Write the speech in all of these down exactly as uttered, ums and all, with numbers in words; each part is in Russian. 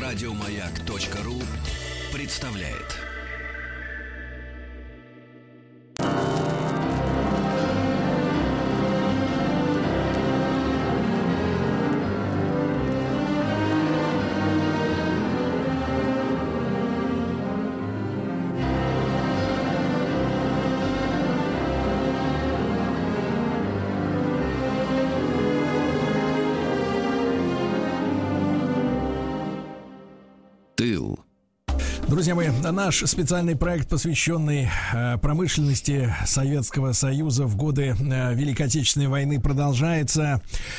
Радиомаяк.ру представляет. Тыл. Друзья мои, наш специальный проект, посвященный э, промышленности Советского Союза в годы э, Великой Отечественной войны, продолжается.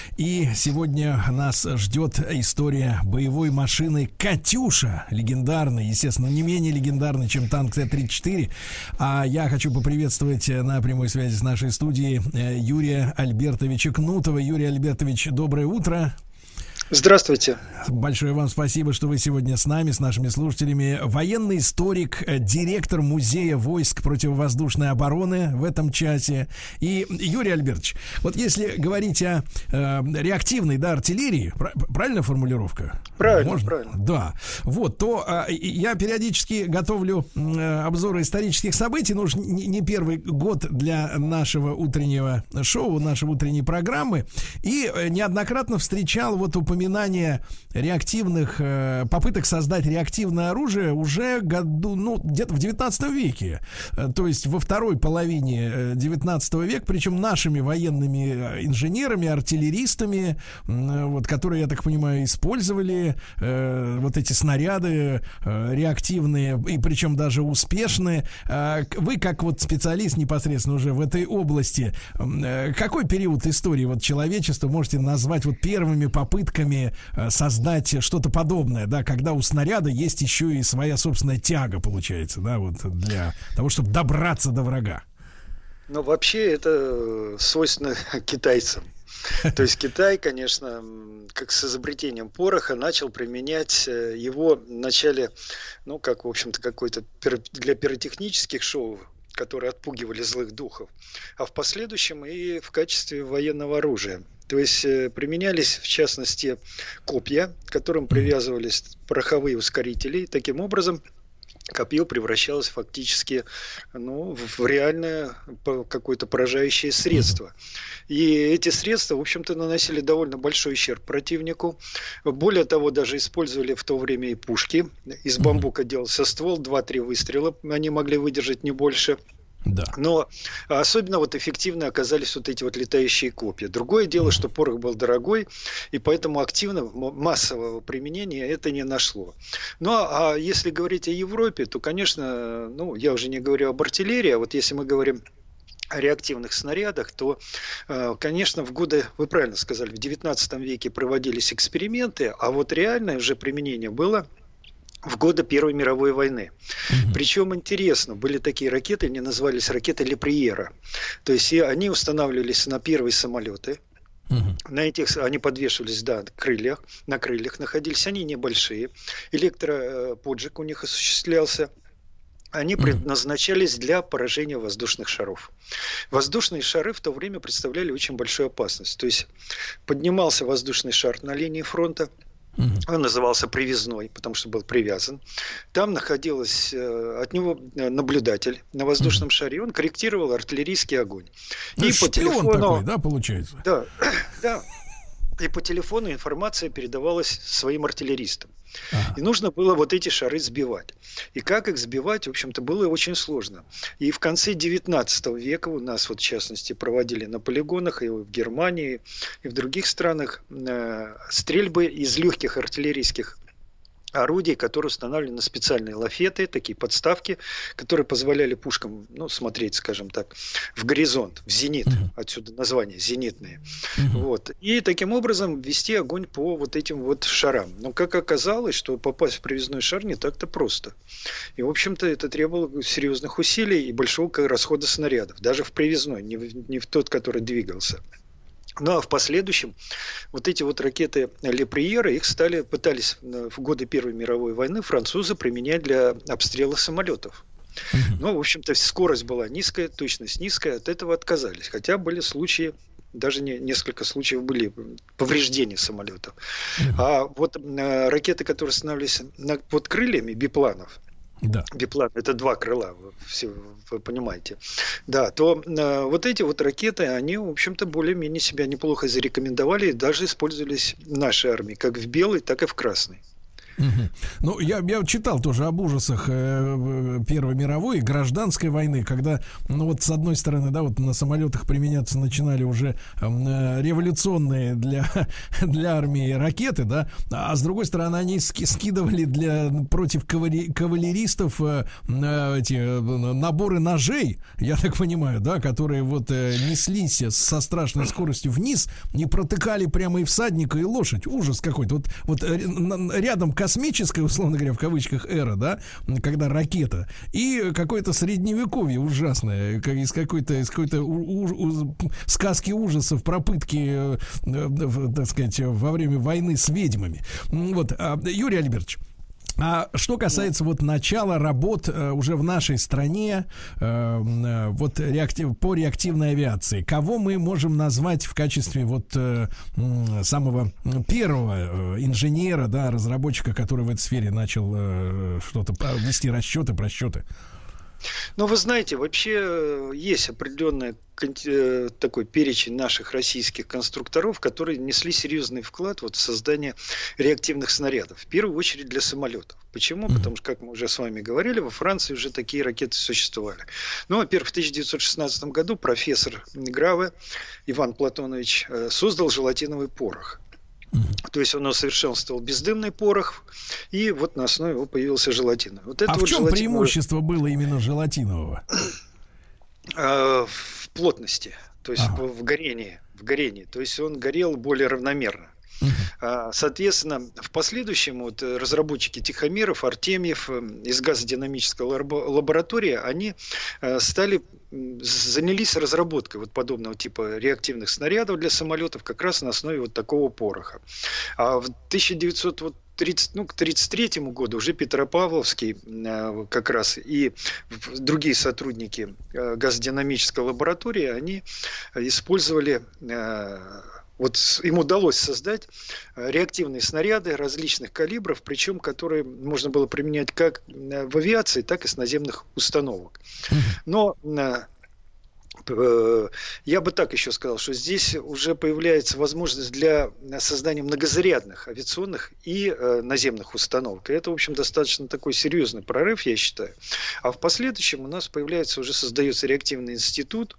И сегодня нас ждет история боевой машины «Катюша», легендарной, естественно, не менее легендарной, чем танк Т тридцать четыре. А я хочу поприветствовать на прямой связи с нашей студией э, Юрия Альбертовича Кнутова. Юрий Альбертович, доброе утро. Здравствуйте. Большое вам спасибо, что вы сегодня с нами, с нашими слушателями. Военный историк, директор Музея войск противовоздушной обороны в этом часе. И, Юрий Альбертович, вот если говорить о э, реактивной, да, артиллерии, правильная формулировка? Правильно, Можно? правильно. Да. Вот, то э, я периодически готовлю э, обзоры исторических событий, но уж не, не первый год для нашего утреннего шоу, нашей утренней программы. И э, неоднократно встречал вот упоминание упоминание реактивных э, попыток создать реактивное оружие уже году, ну, где-то в девятнадцатом веке, э, то есть во второй половине э, девятнадцатого века, причем нашими военными инженерами, артиллеристами, э, вот, которые, я так понимаю, использовали э, вот эти снаряды э, реактивные, и причем даже успешные. Э, вы, как вот специалист непосредственно уже в этой области, э, какой период истории вот человечества можете назвать вот первыми попытками создать что-то подобное, да, когда у снаряда есть еще и своя собственная тяга, получается, да, вот для того, чтобы добраться до врага? Ну, вообще, это свойственно китайцам. То есть Китай, конечно, как с изобретением пороха, начал применять его в начале, ну, как, в общем-то, какой-то для пиротехнических шоу, которые отпугивали злых духов, а в последующем и в качестве военного оружия. То есть применялись, в частности, копья, к которым привязывались пороховые ускорители. И таким образом копье превращалось фактически, ну, в реальное какое-то поражающее средство. И эти средства, в общем-то, наносили довольно большой ущерб противнику. Более того, даже использовали в то время и пушки. Из бамбука делался ствол, два-три выстрела они могли выдержать, не больше. Да. Но особенно вот эффективно оказались вот эти вот летающие копья. Другое дело, что порох был дорогой, и поэтому активного массового применения это не нашло. Ну а если говорить о Европе, то, конечно, ну я уже не говорю об артиллерии, а вот если мы говорим о реактивных снарядах, то, конечно, в годы, вы правильно сказали, в девятнадцатом веке проводились эксперименты, а вот реальное уже применение было в годы Первой мировой войны. Mm-hmm. Причем интересно, были такие ракеты, они назывались ракеты Леприера. То есть и они устанавливались на первые самолеты. Mm-hmm. На этих они подвешивались, да, на крыльях, на крыльях находились, они небольшие. Электроподжиг у них осуществлялся. Они предназначались для поражения воздушных шаров. Воздушные шары в то время представляли очень большую опасность. То есть поднимался воздушный шар на линии фронта. Он назывался привязной, потому что был привязан. Там находилось э, от него наблюдатель на воздушном шаре. Он корректировал артиллерийский огонь. И по телефону, такой, да, получается? Да, да. И по телефону информация передавалась своим артиллеристам. Ага. И нужно было вот эти шары сбивать. И как их сбивать, в общем-то, было очень сложно. И в конце девятнадцатого века у нас, вот, в частности, проводили на полигонах и в Германии, и в других странах э, стрельбы из легких артиллерийских орудий, которые устанавливали на специальные лафеты, такие подставки, которые позволяли пушкам, ну, смотреть, скажем так, в горизонт, в зенит, uh-huh. отсюда название зенитные. Uh-huh. Вот. И таким образом вести огонь по вот этим вот шарам. Но как оказалось, что попасть в привязной шар не так-то просто. И, в общем-то, это требовало серьезных усилий и большого расхода снарядов, даже в привязной, не в, не в тот, который двигался. Ну а в последующем вот эти вот ракеты Леприера, их стали, пытались в годы Первой мировой войны французы применять для обстрела самолетов. Ну, в общем-то, скорость была низкая, точность низкая, от этого отказались. Хотя были случаи даже не, несколько случаев были повреждений самолетов. А вот э, ракеты, которые останавливались на, под крыльями бипланов, да. Биплан — это два крыла, все, вы понимаете. Да, то э, вот эти вот ракеты, они, в общем-то, более-менее себя неплохо зарекомендовали и даже использовались в нашей армии, как в белой, так и в красной. Угу. Ну, я, я читал тоже об ужасах э, Первой мировой и гражданской войны, когда, ну вот с одной стороны, да, вот на самолетах применяться начинали уже э, революционные для, для армии ракеты, да, а с другой стороны они ски- скидывали для, против кавали- кавалеристов э, э, эти э, наборы ножей, я так понимаю, да, которые вот э, неслись со страшной скоростью вниз, не протыкали прямо и всадника, и лошадь. Ужас какой-то. Вот, вот э, рядом космическая, условно говоря, в кавычках, эра, да, когда ракета, и какое-то средневековье ужасное, как из какой-то, из какой-то у, у, сказки ужасов про пытки, э, э, так сказать, во время войны с ведьмами. Вот, а, Юрий Альбертович, а что касается вот начала работ э, уже в нашей стране э, э, вот реактив, по реактивной авиации, кого мы можем назвать в качестве вот э, э, самого первого э, инженера, да, разработчика, который в этой сфере начал э, что-то вести расчеты, просчеты? Ну, вы знаете, вообще есть определенный такой перечень наших российских конструкторов, которые несли серьезный вклад вот в создание реактивных снарядов. В первую очередь для самолетов. Почему? Потому что, как мы уже с вами говорили, во Франции уже такие ракеты существовали. Ну, во-первых, в тысяча девятьсот шестнадцатом году профессор Граве Иван Платонович создал желатиновый порох. То есть он усовершенствовал бездымный порох, и вот на основе его появился желатин. Вот это а вот в чем желатиновый... преимущество было именно желатинового? В плотности, то есть ага. в горении, в горении. То есть он горел более равномерно. Uh-huh. Соответственно, в последующем вот разработчики тихомеров, Артемьев из газодинамической лаборатории, они стали, занялись разработкой вот подобного типа реактивных снарядов для самолетов как раз на основе вот такого пороха. А в тысяча девятьсот тридцать, ну, к тридцать третьему году уже Петропавловский как раз и другие сотрудники газодинамической лаборатории, они использовали... Вот им удалось создать реактивные снаряды различных калибров, причем которые можно было применять как в авиации, так и с наземных установок. Но я бы так еще сказал, что здесь уже появляется возможность для создания многозарядных авиационных и наземных установок. И это, в общем, достаточно такой серьезный прорыв, я считаю. А в последующем у нас появляется, уже создается реактивный институт,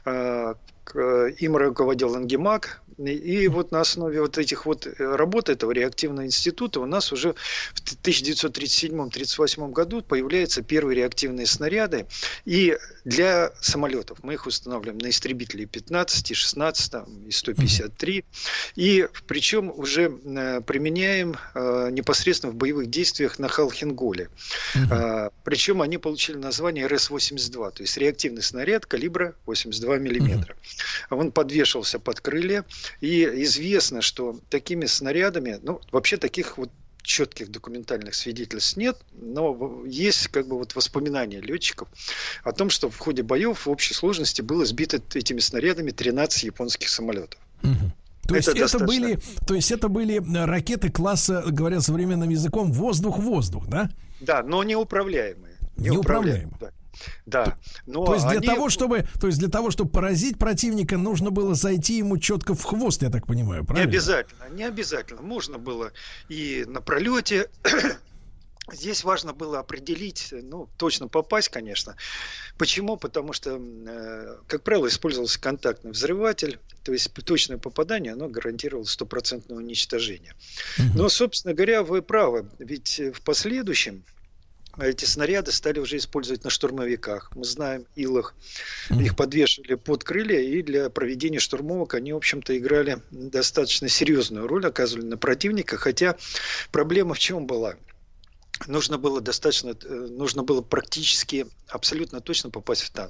им руководил Ангемак, и вот на основе вот этих вот работ этого реактивного института у нас уже в тысяча девятьсот тридцать седьмом — тридцать восьмом году появляются первые реактивные снаряды, и для самолетов мы их устанавливаем на истребители пятнадцать, шестнадцать и сто пятьдесят три, и причем уже применяем непосредственно в боевых действиях на Халхин-Голе. Uh-huh. Причем они получили название эр эс восемьдесят два, то есть реактивный снаряд калибра восемьдесят два миллиметра. Uh-huh. Он подвешивался под крылья, и известно, что такими снарядами, ну, вообще таких вот четких документальных свидетельств нет, но есть как бы вот воспоминания летчиков о том, что в ходе боев в общей сложности было сбито этими снарядами тринадцать японских самолетов. Угу. То есть, это это были, то есть это были ракеты класса, говоря современным языком, воздух-воздух, да? Да, но неуправляемые. Неуправляемые. Да. Да, но то есть для они... того, чтобы, то есть для того, чтобы поразить противника, нужно было зайти ему четко в хвост, я так понимаю, правильно? Не обязательно, не обязательно. Можно было и на пролете. Здесь важно было определить, ну, точно попасть, конечно. Почему? Потому что, как правило, использовался контактный взрыватель, то есть точное попадание, оно гарантировало стопроцентное уничтожение. Но, собственно говоря, вы правы, ведь в последующем эти снаряды стали уже использовать на штурмовиках. Мы знаем, Илах, их подвешивали под крылья, и для проведения штурмовок они, в общем-то, играли достаточно серьезную роль, оказывали на противника. Хотя проблема в чем была? Нужно было достаточно, нужно было практически абсолютно точно попасть в танк.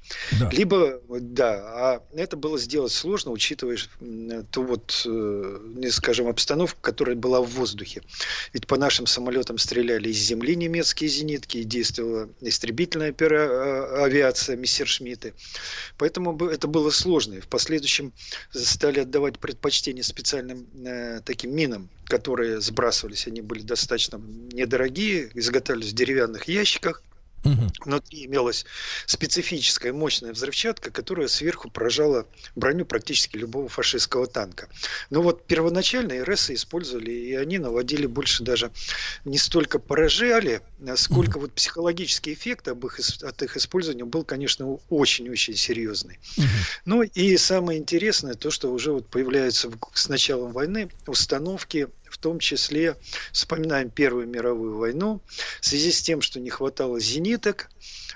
Да. Либо, да, а это было сделать сложно, учитывая ту вот, скажем, обстановку, которая была в воздухе. Ведь по нашим самолетам стреляли из земли немецкие зенитки, и действовала истребительная авиация Мессершмитты. Поэтому это было сложно. И в последующем стали отдавать предпочтение специальным э, таким минам, которые сбрасывались. Они были достаточно недорогие, изготавливались в деревянных ящиках. Угу. Внутри имелась специфическая мощная взрывчатка, которая сверху поражала броню практически любого фашистского танка. Но вот первоначально РСы использовали, и они наводили больше даже не столько поражали, сколько угу. вот психологический эффект об их, от их использования был, конечно, очень-очень серьезный. Угу. Ну и самое интересное, то, что уже вот появляются с началом войны установки, в том числе, вспоминаем Первую мировую войну, в связи с тем, что не хватало зениток,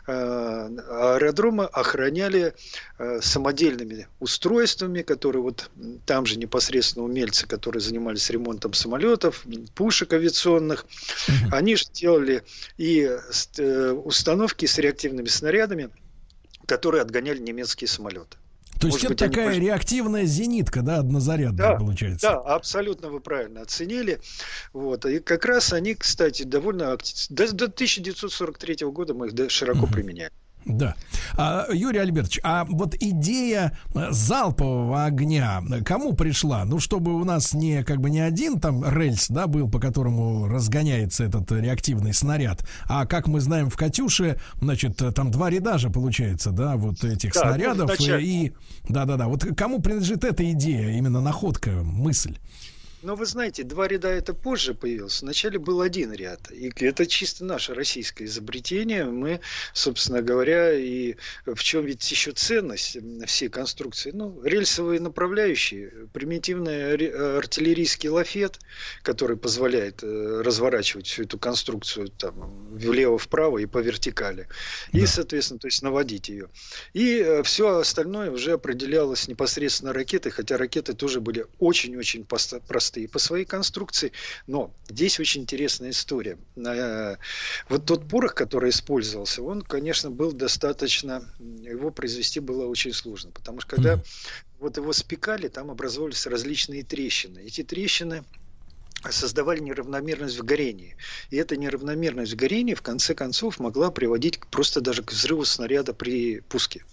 аэродромы охраняли самодельными устройствами, которые вот там же непосредственно умельцы, которые занимались ремонтом самолетов, пушек авиационных, mm-hmm. они же делали и установки с реактивными снарядами, которые отгоняли немецкие самолеты. То есть это такая они... реактивная зенитка, да, однозарядная, да, получается. Да, абсолютно вы правильно оценили. Вот. И как раз они, кстати, довольно... До, до тысяча девятьсот сорок третьего года мы их широко uh-huh. применяли. Да. А, Юрий Альбертович, а вот идея залпового огня кому пришла? Ну, чтобы у нас не как бы не один там рельс, да, был, по которому разгоняется этот реактивный снаряд, а как мы знаем в «Катюше», значит, там два ряда же получается, да, вот этих да, снарядов. Ну, и да-да-да. Вот кому принадлежит эта идея, именно находка, мысль? Но вы знаете, два ряда это позже появилось. Вначале был один ряд. И это чисто наше российское изобретение. Мы, собственно говоря, и в чем ведь еще ценность всей конструкции? Ну, рельсовые направляющие, примитивный артиллерийский лафет, который позволяет разворачивать всю эту конструкцию там, влево-вправо и по вертикали. И, да. соответственно, то есть наводить ее. И все остальное уже определялось непосредственно ракетой, хотя ракеты тоже были очень-очень простые и по своей конструкции. Но здесь очень интересная история. Вот тот порох, который использовался, он, конечно, был достаточно... Его произвести было очень сложно. Потому что когда вот его спекали, там образовались различные трещины. Эти трещины создавали неравномерность в горении. И эта неравномерность в горении в конце концов могла приводить просто даже к взрыву снаряда при пуске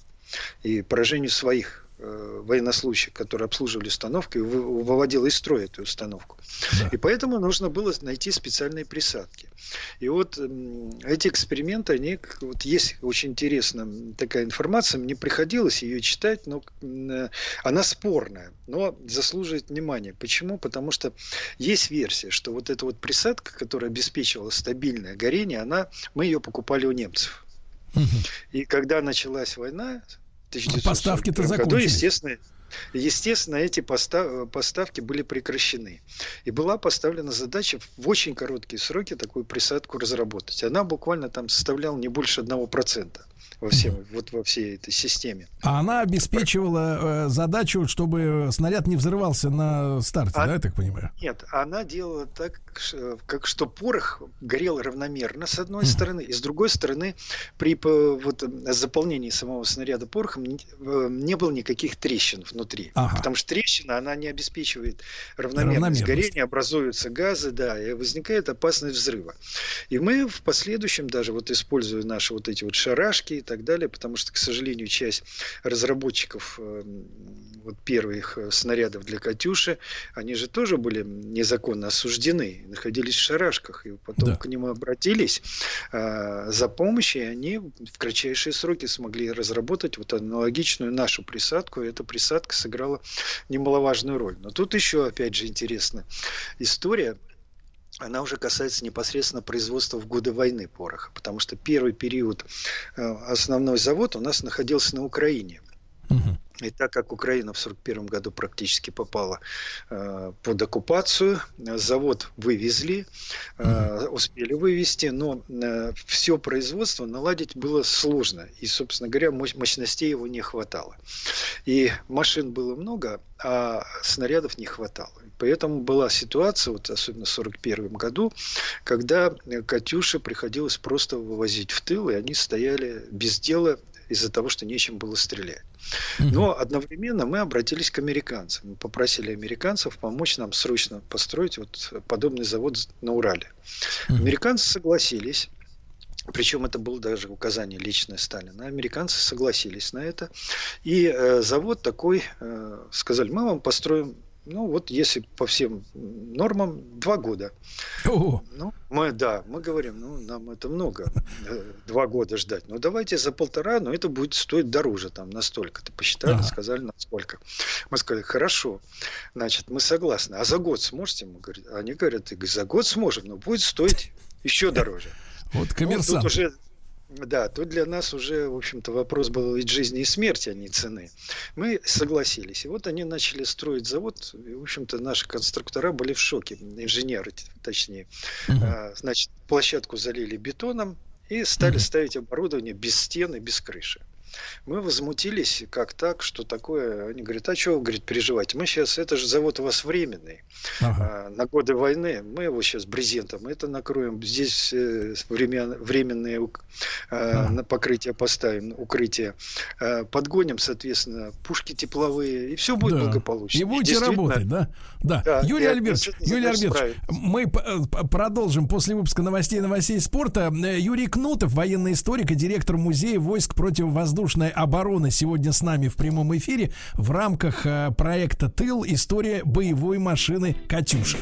и поражению своих военнослужащих, которые обслуживали установку, и выводила из строя эту установку. Да. И поэтому нужно было найти специальные присадки. И вот эти эксперименты, они, вот есть очень интересная такая информация, мне приходилось ее читать, но она спорная, но заслуживает внимания. Почему? Потому что есть версия, что вот эта вот присадка, которая обеспечивала стабильное горение, она, мы ее покупали у немцев. Угу. И когда началась война, поставки-то закончились. Году, естественно, естественно, эти постав, поставки были прекращены. И была поставлена задача в очень короткие сроки такую присадку разработать. Она буквально там составляла не больше одного процента во, всем, вот во всей этой системе. А она обеспечивала э, задачу, чтобы снаряд не взрывался на старте, а, да, я так понимаю? Нет, она делала так, как что порох горел равномерно с одной uh-huh. стороны, и с другой стороны при вот, заполнении самого снаряда порохом не, не было никаких трещин внутри. Ага. Потому что трещина, она не обеспечивает равномерность горения, образуются газы, да, и возникает опасность взрыва. И мы в последующем даже вот используя наши вот эти вот шарашки и так далее, потому что, к сожалению, часть разработчиков э, вот первых снарядов для «Катюши», они же тоже были незаконно осуждены, находились в шарашках, и потом да. к ним обратились э, за помощью, и они в кратчайшие сроки смогли разработать вот аналогичную нашу присадку, и эта присадка сыграла немаловажную роль. Но тут еще, опять же, интересная история. Она уже касается непосредственно производства в годы войны пороха, потому что первый период основной завод у нас находился на Украине. Угу. И так как Украина в сорок первом году практически попала э, под оккупацию, завод вывезли, э, успели вывезти, но э, все производство наладить было сложно. И, собственно говоря, мощ- мощностей его не хватало. И машин было много, а снарядов не хватало. Поэтому была ситуация, вот особенно в сорок первом году, когда «Катюши» приходилось просто вывозить в тыл, и они стояли без дела. из-за того, что нечем было стрелять. Но одновременно мы обратились к американцам. Мы попросили американцев помочь нам срочно построить вот подобный завод на Урале. Американцы согласились. Причем это было даже указание личное Сталина. Американцы согласились на это. И э, завод такой, э, сказали, мы вам построим, ну вот если по всем нормам, два года. О-о. Ну, мы, да, мы говорим, ну нам это много, два года ждать. Ну давайте за полтора, но это будет стоить дороже, там, настолько-то. Посчитали, ага. сказали, насколько. Мы сказали, хорошо, значит, мы согласны. А за год сможете? Мы говорим, они говорят, за год сможем, но будет стоить еще дороже. Вот коммерсант. Ну, тут уже, да, тут для нас уже, в общем-то, вопрос был ведь жизни и смерти, а не цены. Мы согласились. И вот они начали строить завод. И, в общем-то, наши конструктора были в шоке. Инженеры, точнее. Угу. А, значит, площадку залили бетоном и стали угу. ставить оборудование без стены, без крыши. Мы возмутились, как так, что такое. Они говорят, а что вы, говорит, переживаете? Мы сейчас, это же завод у вас временный, ага. а, на годы войны. Мы его сейчас брезентом это накроем. Здесь э, время, временные э, ага. покрытие поставим, укрытие. Э, подгоним, соответственно, пушки тепловые, и все будет да. благополучно. И будете работать, да? Да. да. Юрий Альбертович, Юрий Альбертович, мы продолжим после выпуска новостей новостей спорта. Юрий Кнутов, военный историк и директор музея войск противовоздушной обороны, сегодня с нами в прямом эфире в рамках э, проекта «Тыл. История боевой машины «Катюша».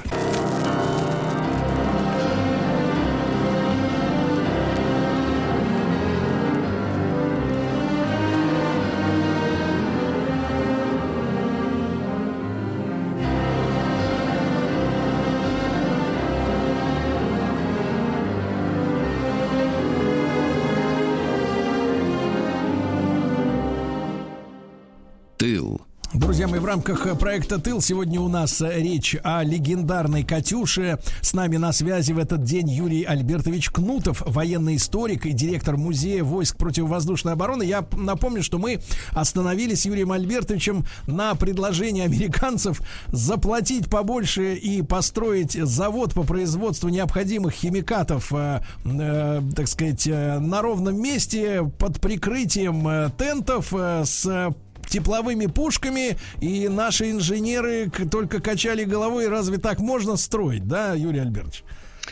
Тыл. Друзья мои, в рамках проекта «Тыл» сегодня у нас речь о легендарной «Катюше». С нами на связи в этот день Юрий Альбертович Кнутов, военный историк и директор музея войск противовоздушной обороны. Я напомню, что мы остановились с Юрием Альбертовичем на предложении американцев заплатить побольше и построить завод по производству необходимых химикатов, э, э, так сказать, на ровном месте под прикрытием э, тентов э, с тепловыми пушками, и наши инженеры только качали головой, разве так можно строить, да, Юрий Альбертович?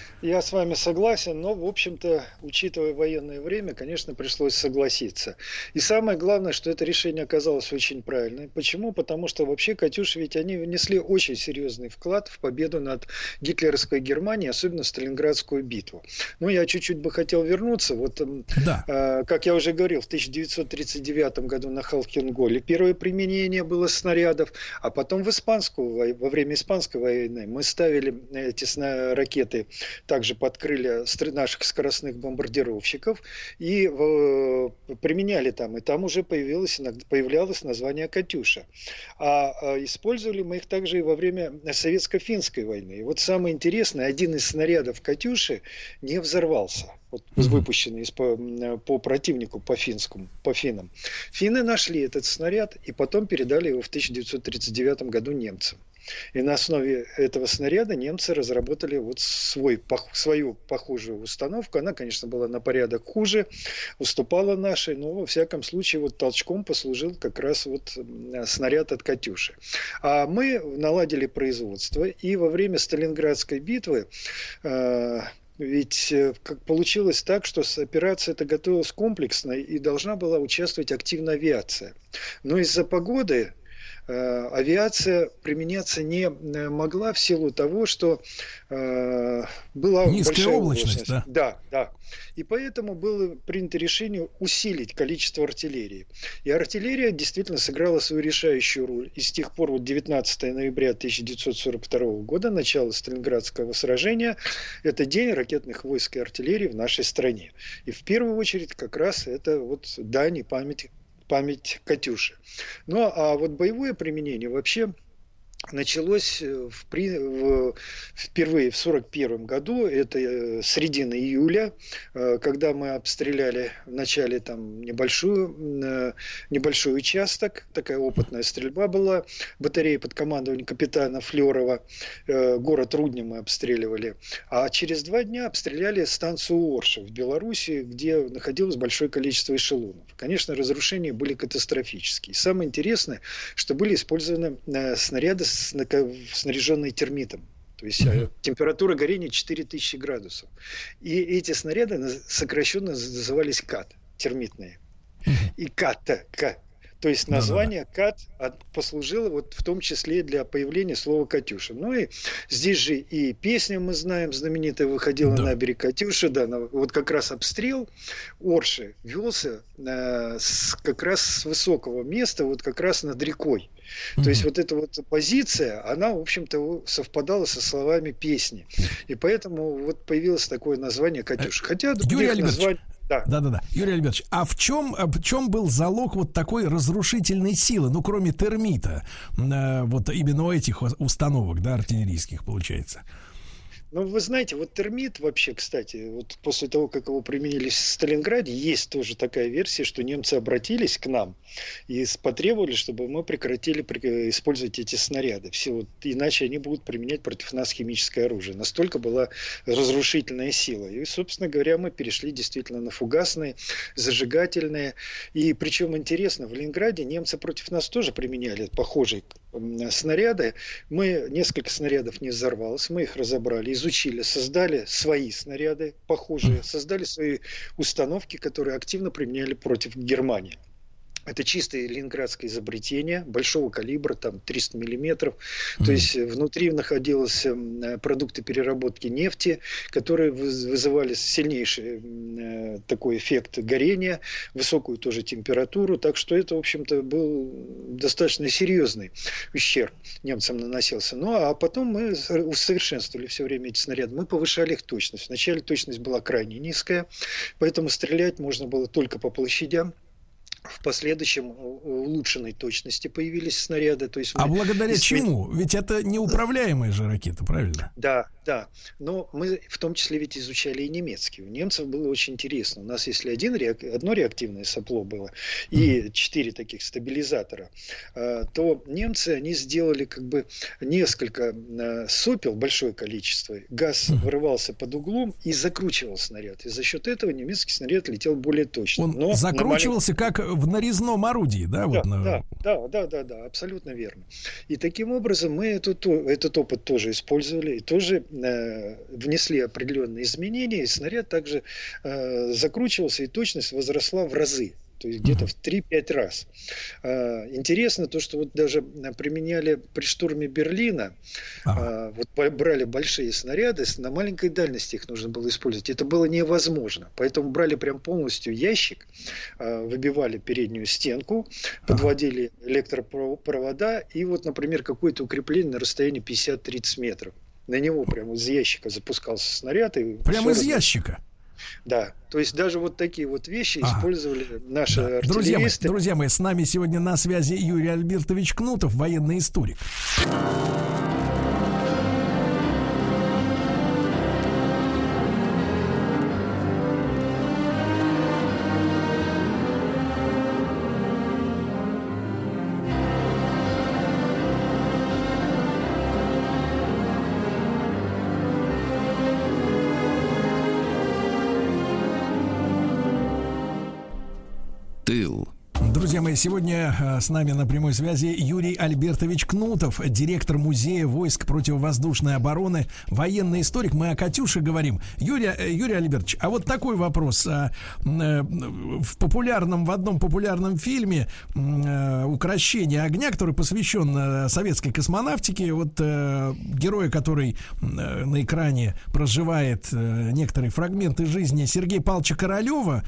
Я с вами согласен, но, в общем-то, учитывая военное время, конечно, пришлось согласиться. И самое главное, что это решение оказалось очень правильным. Почему? Потому что вообще «Катюши» ведь они внесли очень серьезный вклад в победу над гитлеровской Германией, особенно в Сталинградскую битву. Ну, я чуть-чуть бы хотел вернуться. Вот, да. э, как я уже говорил, в тысяча девятьсот тридцать девятом году на Халхинголе первое применение было снарядов, а потом в испанскую, во время Испанской войны мы ставили эти ракеты также под крылья наших скоростных бомбардировщиков и э, применяли там. И там уже появилось, появлялось название «Катюша». А, а использовали мы их также и во время Советско-финской войны. И вот самое интересное, один из снарядов «Катюши» не взорвался. Вот, выпущенный из, по, по противнику, по финскому, по финнам. Финны нашли этот снаряд и потом передали его в тысяча девятьсот тридцать девятом году немцам. И на основе этого снаряда немцы разработали вот свой, свою похожую установку. Она, конечно, была на порядок хуже, уступала нашей, но во всяком случае вот толчком послужил как раз вот снаряд от «Катюши». А мы наладили производство, и во время Сталинградской битвы э, ведь как получилось так, что операция эта готовилась комплексно и должна была участвовать активно авиация. Но из-за погоды э, авиация применяться не могла в силу того, что э, была низкая большая облачность. Да? Да, да. И поэтому было принято решение усилить количество артиллерии. И артиллерия действительно сыграла свою решающую роль. И с тех пор, вот девятнадцатого ноября тысяча девятьсот сорок второго года, начало Сталинградского сражения, это день ракетных войск и артиллерии в нашей стране. И в первую очередь как раз это вот дань и память, память «Катюши». Ну а вот боевое применение вообще началось в, в, впервые в сорок первом году, это середина июля, когда мы обстреляли вначале там небольшую, небольшой участок, такая опытная стрельба была, батарея под командованием капитана Флерова, город Рудня мы обстреливали, а через два дня обстреляли станцию Орша в Беларуси, где находилось большое количество эшелонов. Конечно, разрушения были катастрофические. Самое интересное, что были использованы снаряды, снаряженные термитом. То есть uh-huh. температура горения четыре тысячи градусов. И эти снаряды сокращенно назывались КАТ, термитные. Uh-huh. И КАТ, К. То есть название КАТ послужило вот в том числе для появления слова «Катюша». Ну и здесь же и песня, мы знаем, знаменитая выходила да. на берег Катюши. Да, на, вот как раз обстрел Орши велся э, с, как раз с высокого места, вот как раз над рекой. Mm-hmm. То есть вот эта вот позиция, она, в общем-то, совпадала со словами песни. И поэтому вот появилось такое название «Катюша». Хотя других названий... Да. да, да, да. Юрий Альбертович, а в чем, в чем был залог вот такой разрушительной силы, ну, кроме термита, э, вот именно у этих установок, да, артиллерийских, получается? Ну, вы знаете, вот термит вообще, кстати, вот после того, как его применили в Сталинграде, есть тоже такая версия, что немцы обратились к нам и потребовали, чтобы мы прекратили использовать эти снаряды. Все, вот, иначе они будут применять против нас химическое оружие. Настолько была разрушительная сила. И, собственно говоря, мы перешли действительно на фугасные, зажигательные. И причем интересно, в Ленинграде немцы против нас тоже применяли похожие снаряды. Мы, несколько снарядов не взорвалось, мы их разобрали, изучили, создали свои снаряды похожие, создали свои установки, которые активно применяли против Германии. Это чистое ленинградское изобретение, большого калибра, там триста миллиметров. Mm-hmm. То есть внутри находились продукты переработки нефти, которые вызывали сильнейший э, такой эффект горения, высокую тоже температуру. Так что это, в общем-то, был достаточно серьезный ущерб немцам наносился. Ну, а потом мы усовершенствовали все время эти снаряды. Мы повышали их точность. Вначале точность была крайне низкая, поэтому стрелять можно было только по площадям. В последующем улучшенной точности появились снаряды. То есть а благодаря исслед... чему? Ведь это неуправляемая же ракета, правильно? Да, да. Но мы в том числе ведь изучали и немецкие. У немцев было очень интересно. У нас если один реак... одно реактивное сопло было и четыре таких стабилизатора, то немцы, они сделали как бы несколько сопел, большое количество. Газ вырывался под углом и закручивал снаряд. И за счет этого немецкий снаряд летел более точно. Он Но закручивался маленьком... как в нарезном орудии, да? Да, вот на... да, да, да, да, да, абсолютно верно. И таким образом мы этот, этот опыт тоже использовали и тоже э, внесли определенные изменения, и снаряд также э, закручивался, и точность возросла в разы. То есть где-то в три-пять раз. А, интересно то, что вот даже применяли при штурме Берлина, ага. а, вот брали большие снаряды, на маленькой дальности их нужно было использовать. Это было невозможно. Поэтому брали прям полностью ящик, а, выбивали переднюю стенку, подводили ага. электропровода и вот, например, какое-то укрепление на расстоянии пятьдесят-тридцать метров. На него прямо из ящика запускался снаряд. И прямо из ящика? Да, то есть даже вот такие вот вещи ага. использовали наши да. артиллеристы. Друзья мои, друзья мои, с нами сегодня на связи Юрий Альбертович Кнутов, военный историк. Друзья мои, сегодня с нами на прямой связи Юрий Альбертович Кнутов, директор музея войск противовоздушной обороны, военный историк. Мы о «Катюше» говорим. Юрий, Юрий Альбертович, а вот такой вопрос. В популярном, в одном популярном фильме «Укрощение огня», который посвящен советской космонавтике, вот герой, который на экране проживает некоторые фрагменты жизни Сергея Павловича Королева,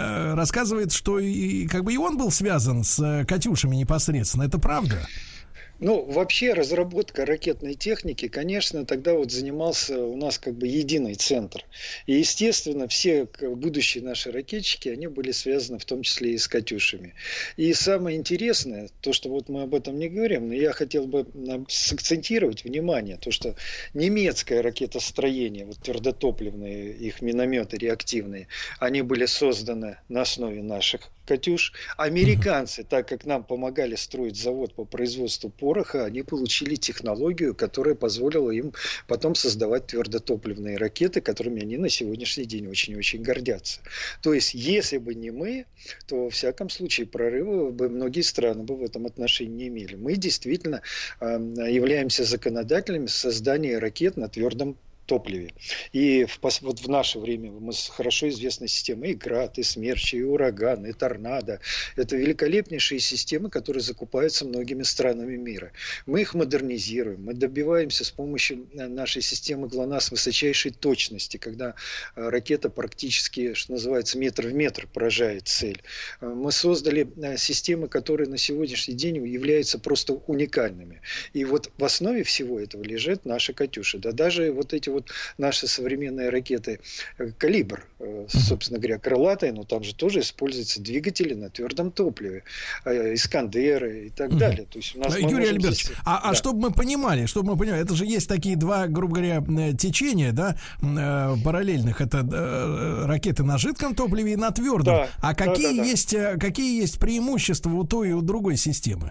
рассказывает, что и, как бы и он был связан с «Катюшами» непосредственно. Это правда? Ну, вообще разработка ракетной техники, конечно, тогда вот занимался у нас как бы единый центр. И, естественно, все будущие наши ракетчики, они были связаны в том числе и с «Катюшами». И самое интересное, то, что вот мы об этом не говорим, но я хотел бы сакцентировать внимание, то, что немецкое ракетостроение, вот твердотопливные их минометы реактивные, они были созданы на основе наших «Катюш». Американцы, так как нам помогали строить завод по производству пороха, они получили технологию, которая позволила им потом создавать твердотопливные ракеты, которыми они на сегодняшний день очень-очень гордятся. То есть, если бы не мы, то во всяком случае прорыва бы многие страны бы в этом отношении не имели. Мы действительно э, являемся законодателями создания ракет на твердом топливе. И в, вот в наше время мы хорошо известны системы и «Град», и «Смерч», и «Ураган», и «Торнадо». Это великолепнейшие системы, которые закупаются многими странами мира. Мы их модернизируем, мы добиваемся с помощью нашей системы ГЛОНАСС высочайшей точности, когда ракета практически, что называется, метр в метр поражает цель. Мы создали системы, которые на сегодняшний день являются просто уникальными. И вот в основе всего этого лежат наши «Катюши». Да даже вот эти вот Вот наши современные ракеты «Калибр», собственно говоря, крылатые, но там же тоже используются двигатели на твердом топливе, «Искандеры» и так далее. То есть у нас Юрий Альбертович, здесь... а, да. а чтобы мы понимали, чтобы мы понимали, это же есть такие два, грубо говоря, течения, да, параллельных. Это ракеты на жидком топливе и на твердом. Да, а какие, да, да, есть, да. какие есть преимущества у той и у другой системы?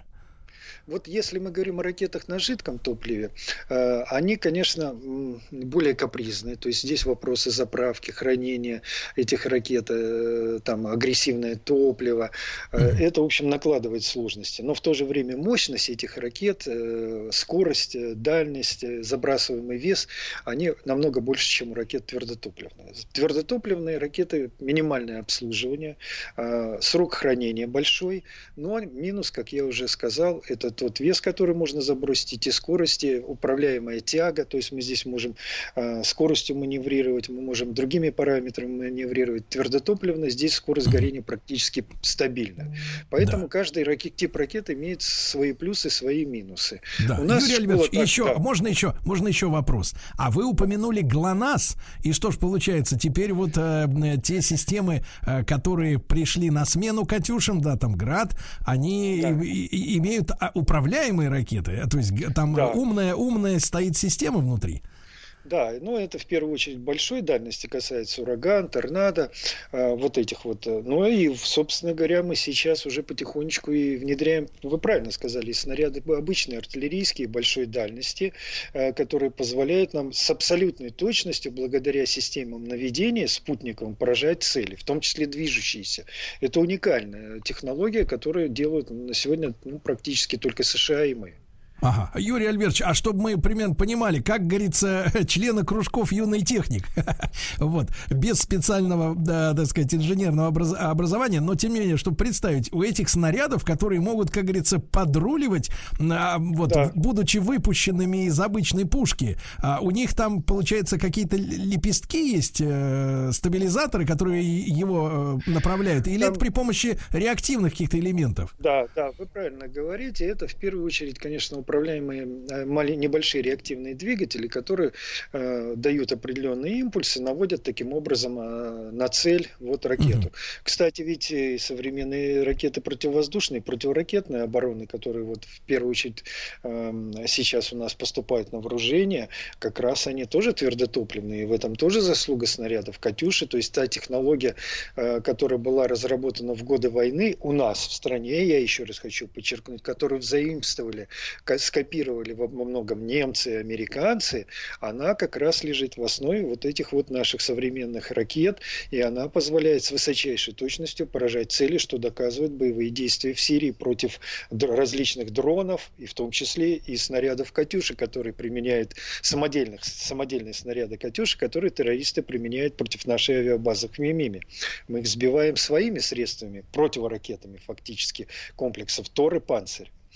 Вот если мы говорим о ракетах на жидком топливе, э, они, конечно, более капризные. То есть здесь вопросы заправки, хранения этих ракет, э, там, агрессивное топливо. Э, это, в общем, накладывает сложности. Но в то же время мощность этих ракет, э, скорость, дальность, забрасываемый вес, они намного больше, чем у ракет твердотопливных. Твердотопливные ракеты – минимальное обслуживание, э, срок хранения большой, но минус, как я уже сказал, это тот вес, который можно забросить, и те скорости, управляемая тяга, то есть мы здесь можем э, скоростью маневрировать, мы можем другими параметрами маневрировать. Твердотопливно здесь скорость горения практически стабильна. Поэтому да. каждый ракет, тип ракет имеет свои плюсы, свои минусы. Да. У нас Юрий Альбертович, так, еще, да. можно, еще, можно еще вопрос. А вы упомянули ГЛОНАСС, и что ж получается, теперь вот э, те системы, э, которые пришли на смену «Катюшам», да, там «Град», они да. и, и, имеют управляемые ракеты, то есть там да. умная, умная стоит система внутри. Да, ну это в первую очередь большой дальности касается «Ураган», «Торнадо», э, вот этих вот. Ну и, собственно говоря, мы сейчас уже потихонечку и внедряем, вы правильно сказали, снаряды обычные, артиллерийские, большой дальности, э, которые позволяют нам с абсолютной точностью, благодаря системам наведения спутниковым, поражать цели, в том числе движущиеся. Это уникальная технология, которую делают на сегодня ну, практически только США и мы. Ага. Юрий Альбертович, а чтобы мы примерно понимали, как говорится, члены кружков «Юный техник», вот, без специального, да, так сказать, инженерного образ- образования, но тем не менее, чтобы представить, у этих снарядов, которые могут, как говорится, подруливать, а, вот, да. будучи выпущенными из обычной пушки, а, у них там, получается, какие-то лепестки есть, э, стабилизаторы, которые его э, направляют, или там... это при помощи реактивных каких-то элементов? Да, да, вы правильно говорите, это в первую очередь, конечно, управляемые небольшие реактивные двигатели, которые э, дают определенные импульсы, наводят таким образом э, на цель вот ракету. Uh-huh. Кстати, ведь и современные ракеты противовоздушные, противоракетные обороны, которые вот в первую очередь э, сейчас у нас поступают на вооружение, как раз они тоже твердотопливные, и в этом тоже заслуга снарядов «Катюши», то есть та технология, э, которая была разработана в годы войны у нас в стране, я еще раз хочу подчеркнуть, которую взаимствовали, скопировали во многом немцы и американцы, она как раз лежит в основе вот этих вот наших современных ракет, и она позволяет с высочайшей точностью поражать цели, что доказывает боевые действия в Сирии против различных дронов, и в том числе и снарядов «Катюши», которые применяют самодельных, самодельные снаряды «Катюши», которые террористы применяют против нашей авиабазы в Мемиме. Мы их сбиваем своими средствами, противоракетами фактически, комплексов «Тор» и «Панцирь».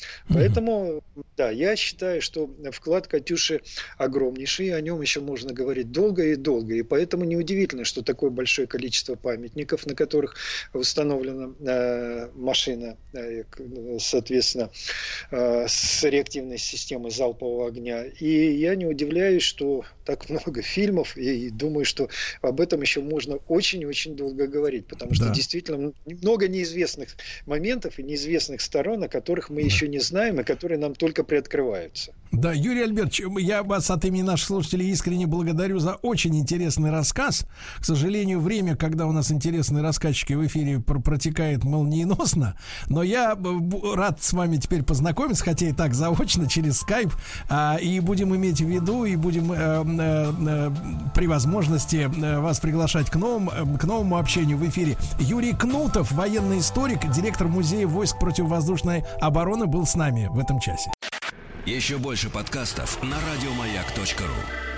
Поэтому, да, я считаю, что вклад Катюши огромнейший, и о нем еще можно говорить долго и долго. И поэтому неудивительно, что такое большое количество памятников, на которых установлена э, машина, э, соответственно, э, с реактивной системой залпового огня. И я не удивляюсь, что так много фильмов, и думаю, что об этом еще можно очень-очень долго говорить, потому что да. действительно много неизвестных моментов и неизвестных сторон, о которых мы да. еще не знаем, и которые нам только приоткрываются. Да, Юрий Альбертович, я вас от имени наших слушателей искренне благодарю за очень интересный рассказ. К сожалению, время, когда у нас интересные рассказчики в эфире протекает молниеносно, но я рад с вами теперь познакомиться, хотя и так заочно, через скайп, и будем иметь в виду, и будем при возможности вас приглашать к новому, к новому общению в эфире. Юрий Кнутов, военный историк, директор музея войск противовоздушной обороны, был с нами в этом часе. Еще больше подкастов на радиомаяк точка ру.